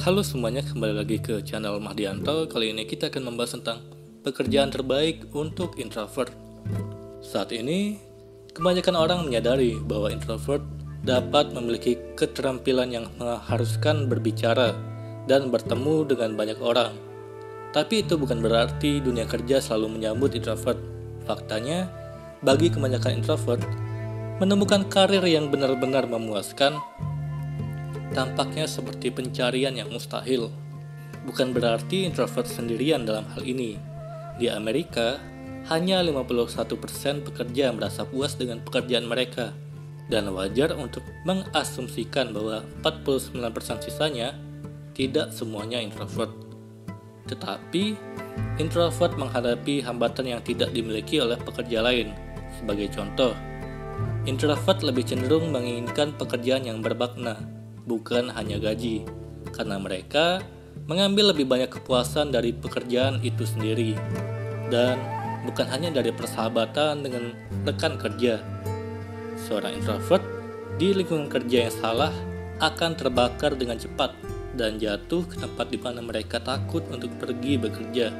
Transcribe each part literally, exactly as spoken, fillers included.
Halo semuanya, kembali lagi ke channel Mahdianto. Kali ini kita akan membahas tentang pekerjaan terbaik untuk introvert. Saat ini, kebanyakan orang menyadari bahwa introvert dapat memiliki keterampilan yang mengharuskan berbicara dan bertemu dengan banyak orang. Tapi itu bukan berarti dunia kerja selalu menyambut introvert. Faktanya, bagi kebanyakan introvert, menemukan karir yang benar-benar memuaskan tampaknya seperti pencarian yang mustahil. Bukan berarti introvert sendirian dalam hal ini. Di Amerika, hanya lima puluh satu persen pekerja merasa puas dengan pekerjaan mereka. Dan wajar untuk mengasumsikan bahwa empat puluh sembilan persen sisanya tidak semuanya introvert. Tetapi, introvert menghadapi hambatan yang tidak dimiliki oleh pekerja lain. Sebagai contoh, introvert lebih cenderung menginginkan pekerjaan yang bermakna, bukan hanya gaji, karena mereka mengambil lebih banyak kepuasan dari pekerjaan itu sendiri, dan bukan hanya dari persahabatan dengan rekan kerja. Seorang introvert di lingkungan kerja yang salah akan terbakar dengan cepat dan jatuh ke tempat di mana mereka takut untuk pergi bekerja.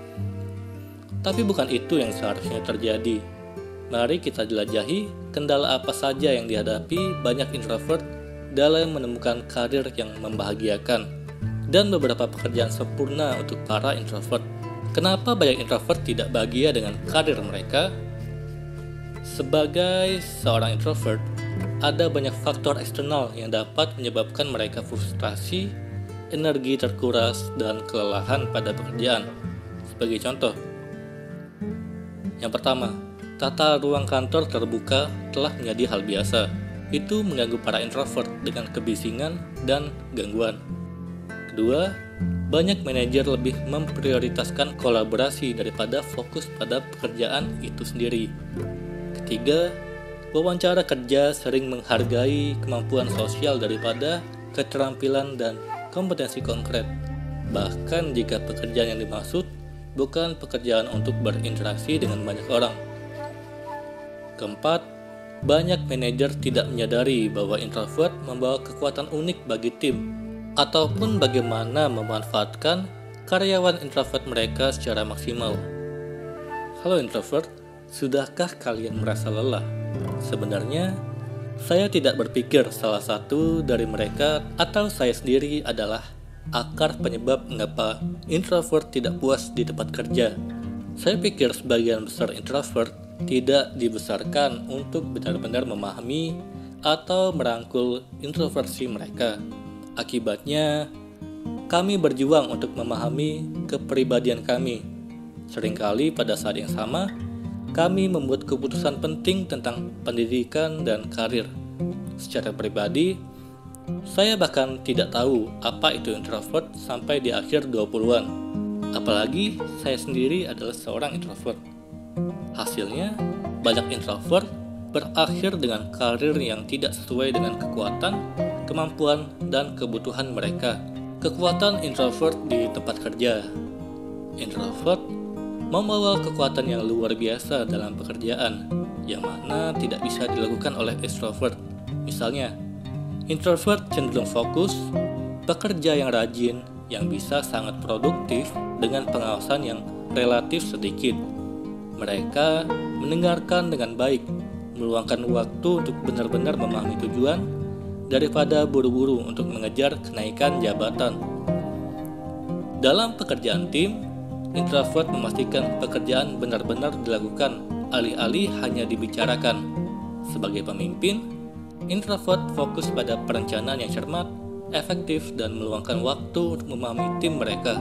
Tapi bukan itu yang seharusnya terjadi. Mari kita jelajahi kendala apa saja yang dihadapi banyak introvert dalam menemukan karir yang membahagiakan dan beberapa pekerjaan sempurna untuk para introvert. Kenapa banyak introvert tidak bahagia dengan karir mereka? Sebagai seorang introvert, ada banyak faktor eksternal yang dapat menyebabkan mereka frustrasi, energi terkuras, dan kelelahan pada pekerjaan. Sebagai contoh, yang pertama, tata ruang kantor terbuka telah menjadi hal biasa. Itu mengganggu para introvert dengan kebisingan dan gangguan. Kedua, banyak manajer lebih memprioritaskan kolaborasi daripada fokus pada pekerjaan itu sendiri. Ketiga, wawancara kerja sering menghargai kemampuan sosial daripada keterampilan dan kompetensi konkret. Bahkan jika pekerjaan yang dimaksud bukan pekerjaan untuk berinteraksi dengan banyak orang. Keempat, banyak manajer tidak menyadari bahwa introvert membawa kekuatan unik bagi tim, ataupun bagaimana memanfaatkan karyawan introvert mereka secara maksimal. Halo introvert, sudahkah kalian merasa lelah? Sebenarnya, saya tidak berpikir salah satu dari mereka atau saya sendiri adalah akar penyebab mengapa introvert tidak puas di tempat kerja. Saya pikir sebagian besar introvert tidak dibesarkan untuk benar-benar memahami atau merangkul introversi mereka. Akibatnya, kami berjuang untuk memahami kepribadian kami. Seringkali pada saat yang sama, kami membuat keputusan penting tentang pendidikan dan karir. Secara pribadi, saya bahkan tidak tahu apa itu introvert sampai di akhir dua puluhan. Apalagi saya sendiri adalah seorang introvert. Hasilnya, banyak introvert berakhir dengan karir yang tidak sesuai dengan kekuatan, kemampuan, dan kebutuhan mereka. Kekuatan introvert di tempat kerja. Introvert membawa kekuatan yang luar biasa dalam pekerjaan, yang mana tidak bisa dilakukan oleh extrovert. Misalnya, introvert cenderung fokus, bekerja yang rajin, yang bisa sangat produktif dengan pengawasan yang relatif sedikit. Mereka mendengarkan dengan baik, meluangkan waktu untuk benar-benar memahami tujuan daripada buru-buru untuk mengejar kenaikan jabatan. Dalam pekerjaan tim, introvert memastikan pekerjaan benar-benar dilakukan, alih-alih hanya dibicarakan. Sebagai pemimpin, introvert fokus pada perencanaan yang cermat, efektif, dan meluangkan waktu untuk memahami tim mereka.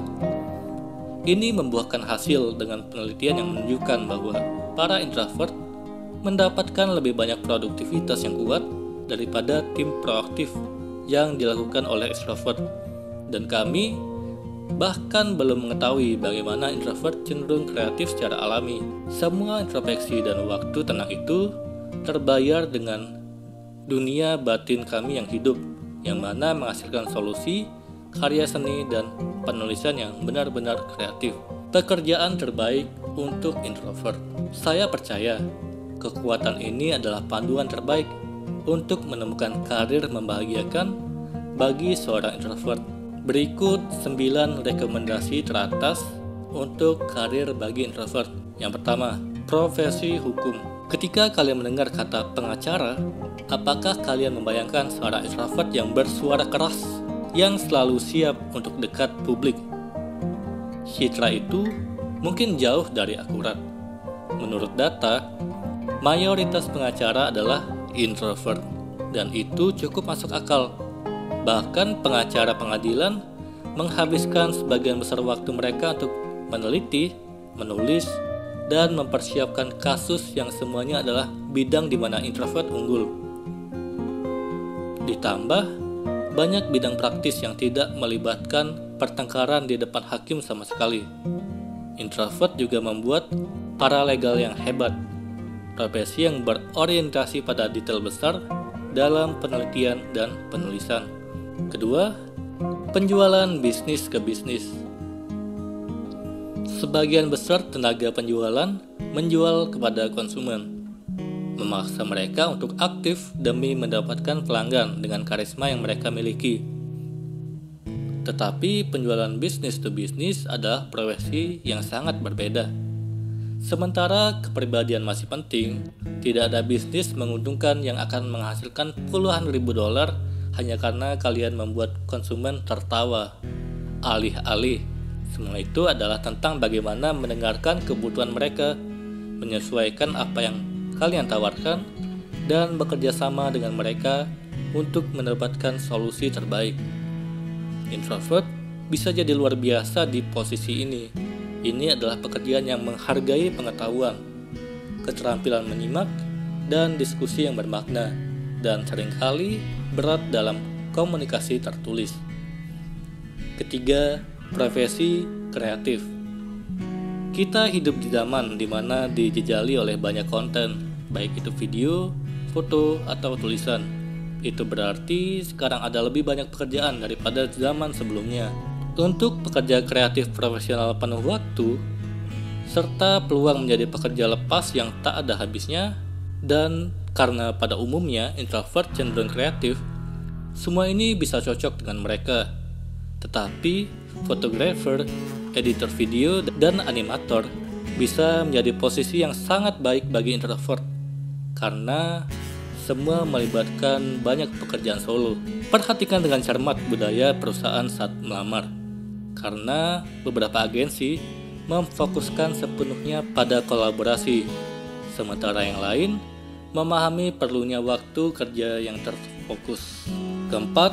Ini membuahkan hasil dengan penelitian yang menunjukkan bahwa para introvert mendapatkan lebih banyak produktivitas yang kuat daripada tim proaktif yang dilakukan oleh extrovert. Dan kami bahkan belum mengetahui bagaimana introvert cenderung kreatif secara alami. Semua introspeksi dan waktu tenang itu terbayar dengan dunia batin kami yang hidup, yang mana menghasilkan solusi, karya seni, dan penulisan yang benar-benar kreatif. Pekerjaan terbaik untuk introvert. Saya percaya kekuatan ini adalah panduan terbaik untuk menemukan karir membahagiakan bagi seorang introvert. Berikut sembilan rekomendasi teratas untuk karir bagi introvert. Yang pertama, profesi hukum. Ketika kalian mendengar kata pengacara, apakah kalian membayangkan seorang introvert yang bersuara keras, yang selalu siap untuk dekat publik? Citra itu mungkin jauh dari akurat. Menurut data, mayoritas pengacara adalah introvert, dan itu cukup masuk akal. Bahkan pengacara pengadilan menghabiskan sebagian besar waktu mereka untuk meneliti, menulis, dan mempersiapkan kasus yang semuanya adalah bidang di mana introvert unggul. Ditambah, banyak bidang praktis yang tidak melibatkan pertengkaran di depan hakim sama sekali. Introvert juga membuat paralegal yang hebat, profesi yang berorientasi pada detail besar dalam penelitian dan penulisan. Kedua, penjualan bisnis ke bisnis. Sebagian besar tenaga penjualan menjual kepada konsumen, memaksa mereka untuk aktif demi mendapatkan pelanggan dengan karisma yang mereka miliki. Tetapi penjualan bisnis to bisnis adalah profesi yang sangat berbeda. Sementara kepribadian masih penting, tidak ada bisnis menguntungkan yang akan menghasilkan puluhan ribu dolar hanya karena kalian membuat konsumen tertawa. Alih-alih, semua itu adalah tentang bagaimana mendengarkan kebutuhan mereka, menyesuaikan apa yang kalian tawarkan, dan bekerja sama dengan mereka untuk mendapatkan solusi terbaik. Introvert bisa jadi luar biasa di posisi ini. Ini adalah pekerjaan yang menghargai pengetahuan, keterampilan menyimak, dan diskusi yang bermakna, dan seringkali berat dalam komunikasi tertulis. Ketiga, profesi kreatif. Kita hidup di zaman di mana dijejali oleh banyak konten, baik itu video, foto, atau tulisan. Itu berarti sekarang ada lebih banyak pekerjaan daripada zaman sebelumnya. Untuk pekerja kreatif profesional penuh waktu, serta peluang menjadi pekerja lepas yang tak ada habisnya, dan karena pada umumnya introvert cenderung kreatif, semua ini bisa cocok dengan mereka. Tetapi fotografer, editor video, dan animator bisa menjadi posisi yang sangat baik bagi introvert karena semua melibatkan banyak pekerjaan solo. Perhatikan dengan cermat budaya perusahaan saat melamar, karena beberapa agensi memfokuskan sepenuhnya pada kolaborasi, sementara yang lain memahami perlunya waktu kerja yang terfokus. Keempat,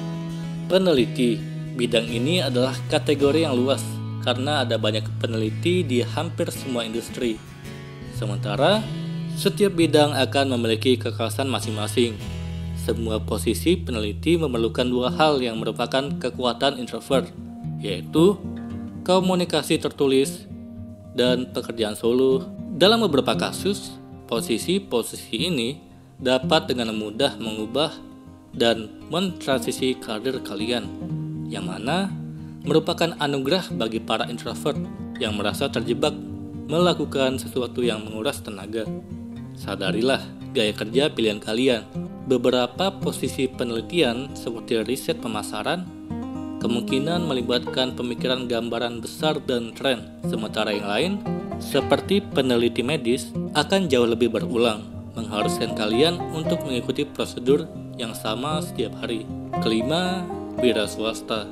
peneliti. Bidang ini adalah kategori yang luas karena ada banyak peneliti di hampir semua industri. Sementara, setiap bidang akan memiliki kekhasan masing-masing. Semua posisi peneliti memerlukan dua hal yang merupakan kekuatan introvert, yaitu komunikasi tertulis dan pekerjaan solo. Dalam beberapa kasus, posisi-posisi ini dapat dengan mudah mengubah dan mentransisi karir kalian, yang mana merupakan anugerah bagi para introvert yang merasa terjebak melakukan sesuatu yang menguras tenaga. Sadarilah gaya kerja pilihan kalian. Beberapa posisi penelitian seperti riset pemasaran kemungkinan melibatkan pemikiran gambaran besar dan tren, sementara yang lain seperti peneliti medis akan jauh lebih berulang, mengharuskan kalian untuk mengikuti prosedur yang sama setiap hari. Kelima, wira swasta.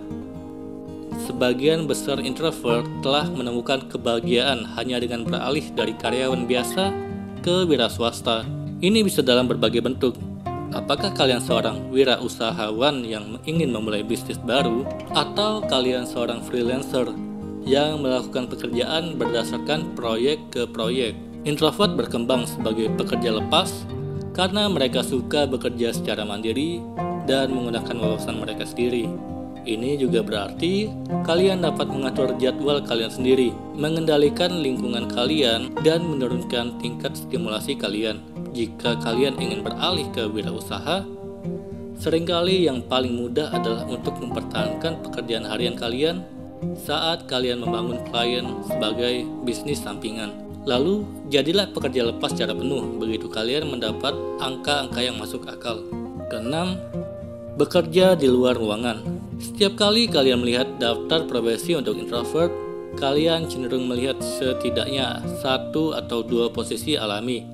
Sebagian besar introvert telah menemukan kebahagiaan hanya dengan beralih dari karyawan biasa ke wira swasta. Ini bisa dalam berbagai bentuk. Apakah kalian seorang wirausahawan yang ingin memulai bisnis baru, atau kalian seorang freelancer yang melakukan pekerjaan berdasarkan proyek ke proyek? Introvert berkembang sebagai pekerja lepas karena mereka suka bekerja secara mandiri dan menggunakan wawasan mereka sendiri. Ini juga berarti kalian dapat mengatur jadwal kalian sendiri, mengendalikan lingkungan kalian, dan menurunkan tingkat stimulasi kalian. Jika kalian ingin beralih ke wirausaha, seringkali yang paling mudah adalah untuk mempertahankan pekerjaan harian kalian saat kalian membangun klien sebagai bisnis sampingan. Lalu, jadilah pekerja lepas secara penuh begitu kalian mendapat angka-angka yang masuk akal. Keenam, bekerja di luar ruangan. Setiap kali kalian melihat daftar profesi untuk introvert, kalian cenderung melihat setidaknya satu atau dua posisi alami.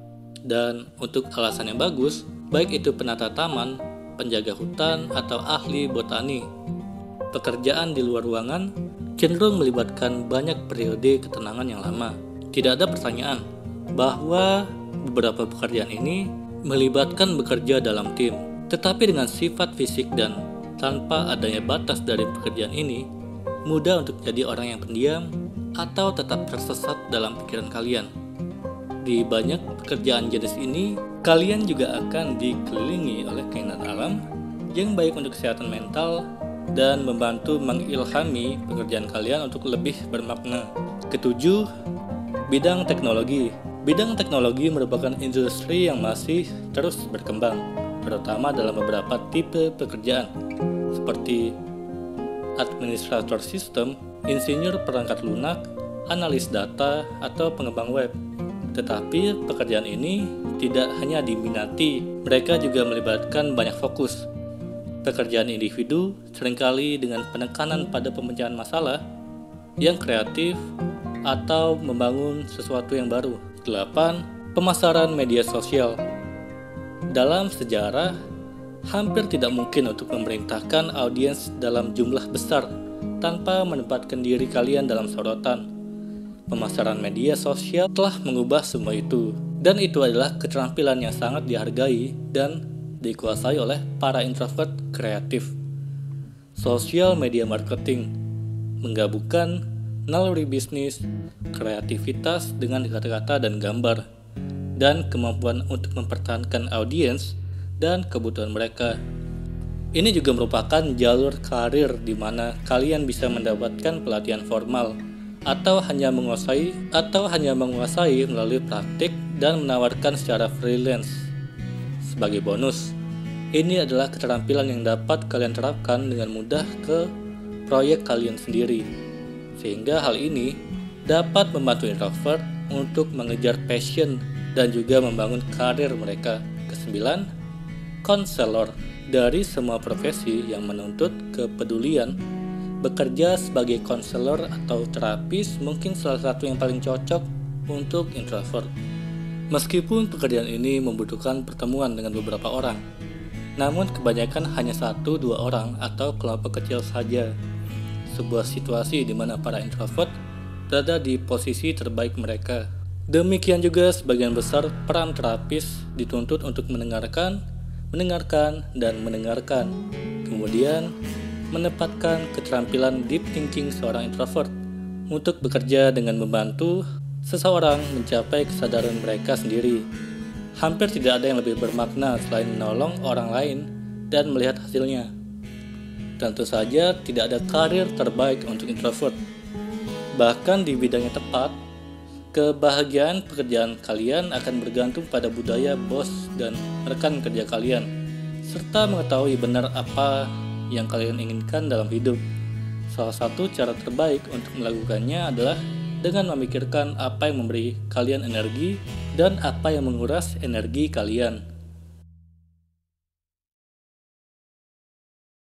Dan untuk alasan yang bagus, baik itu penata taman, penjaga hutan, atau ahli botani, pekerjaan di luar ruangan cenderung melibatkan banyak periode ketenangan yang lama. Tidak ada pertanyaan bahwa beberapa pekerjaan ini melibatkan bekerja dalam tim. Tetapi dengan sifat fisik dan tanpa adanya batas dari pekerjaan ini, mudah untuk jadi orang yang pendiam atau tetap tersesat dalam pikiran kalian. Di banyak pekerjaan jenis ini, kalian juga akan dikelilingi oleh keindahan alam yang baik untuk kesehatan mental dan membantu mengilhami pekerjaan kalian untuk lebih bermakna. Ketujuh, bidang teknologi. Bidang teknologi merupakan industri yang masih terus berkembang, terutama dalam beberapa tipe pekerjaan, seperti administrator sistem, insinyur perangkat lunak, analis data, atau pengembang web. Tetapi pekerjaan ini tidak hanya diminati, mereka juga melibatkan banyak fokus. Pekerjaan individu seringkali dengan penekanan pada pemecahan masalah yang kreatif atau membangun sesuatu yang baru. Delapan, pemasaran media sosial. Dalam sejarah, hampir tidak mungkin untuk memerintahkan audiens dalam jumlah besar tanpa menempatkan diri kalian dalam sorotan. Pemasaran media sosial telah mengubah semua itu, dan itu adalah keterampilan yang sangat dihargai dan dikuasai oleh para introvert kreatif. Social media marketing menggabungkan naluri bisnis, kreativitas dengan kata-kata dan gambar, dan kemampuan untuk mempertahankan audiens dan kebutuhan mereka. Ini juga merupakan jalur karir di mana kalian bisa mendapatkan pelatihan formal atau hanya menguasai atau hanya menguasai melalui praktik dan menawarkan secara freelance. Sebagai bonus, ini adalah keterampilan yang dapat kalian terapkan dengan mudah ke proyek kalian sendiri, sehingga hal ini dapat membantu introvert untuk mengejar passion dan juga membangun karir mereka. Kesembilan, konselor. Dari semua profesi yang menuntut kepedulian, bekerja sebagai konselor atau terapis mungkin salah satu yang paling cocok untuk introvert. Meskipun pekerjaan ini membutuhkan pertemuan dengan beberapa orang, namun kebanyakan hanya satu dua orang atau kelompok kecil saja. Sebuah situasi di mana para introvert berada di posisi terbaik mereka. Demikian juga sebagian besar peran terapis dituntut untuk mendengarkan, mendengarkan, dan mendengarkan. Kemudian, menempatkan keterampilan deep thinking seorang introvert untuk bekerja dengan membantu seseorang mencapai kesadaran mereka sendiri. Hampir tidak ada yang lebih bermakna selain menolong orang lain dan melihat hasilnya. Tentu saja tidak ada karir terbaik untuk introvert. Bahkan di bidang yang tepat, kebahagiaan pekerjaan kalian akan bergantung pada budaya bos dan rekan kerja kalian, serta mengetahui benar apa yang kalian inginkan dalam hidup. Salah satu cara terbaik untuk melakukannya adalah dengan memikirkan apa yang memberi kalian energi dan apa yang menguras energi kalian.